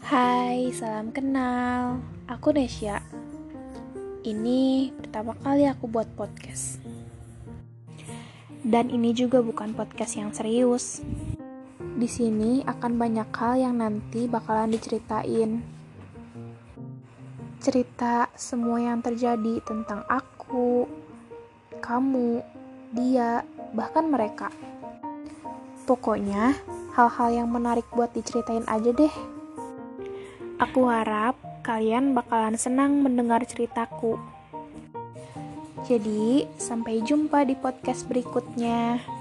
Hai, salam kenal. Aku Nesya. Ini pertama kali aku buat podcast. Dan ini juga bukan podcast yang serius. Di sini akan banyak hal yang nanti bakalan diceritain. Cerita semua yang terjadi tentang aku, kamu, dia, bahkan mereka. Pokoknya, hal-hal yang menarik buat diceritain aja deh. Aku harap kalian bakalan senang mendengar ceritaku. Jadi, sampai jumpa di podcast berikutnya.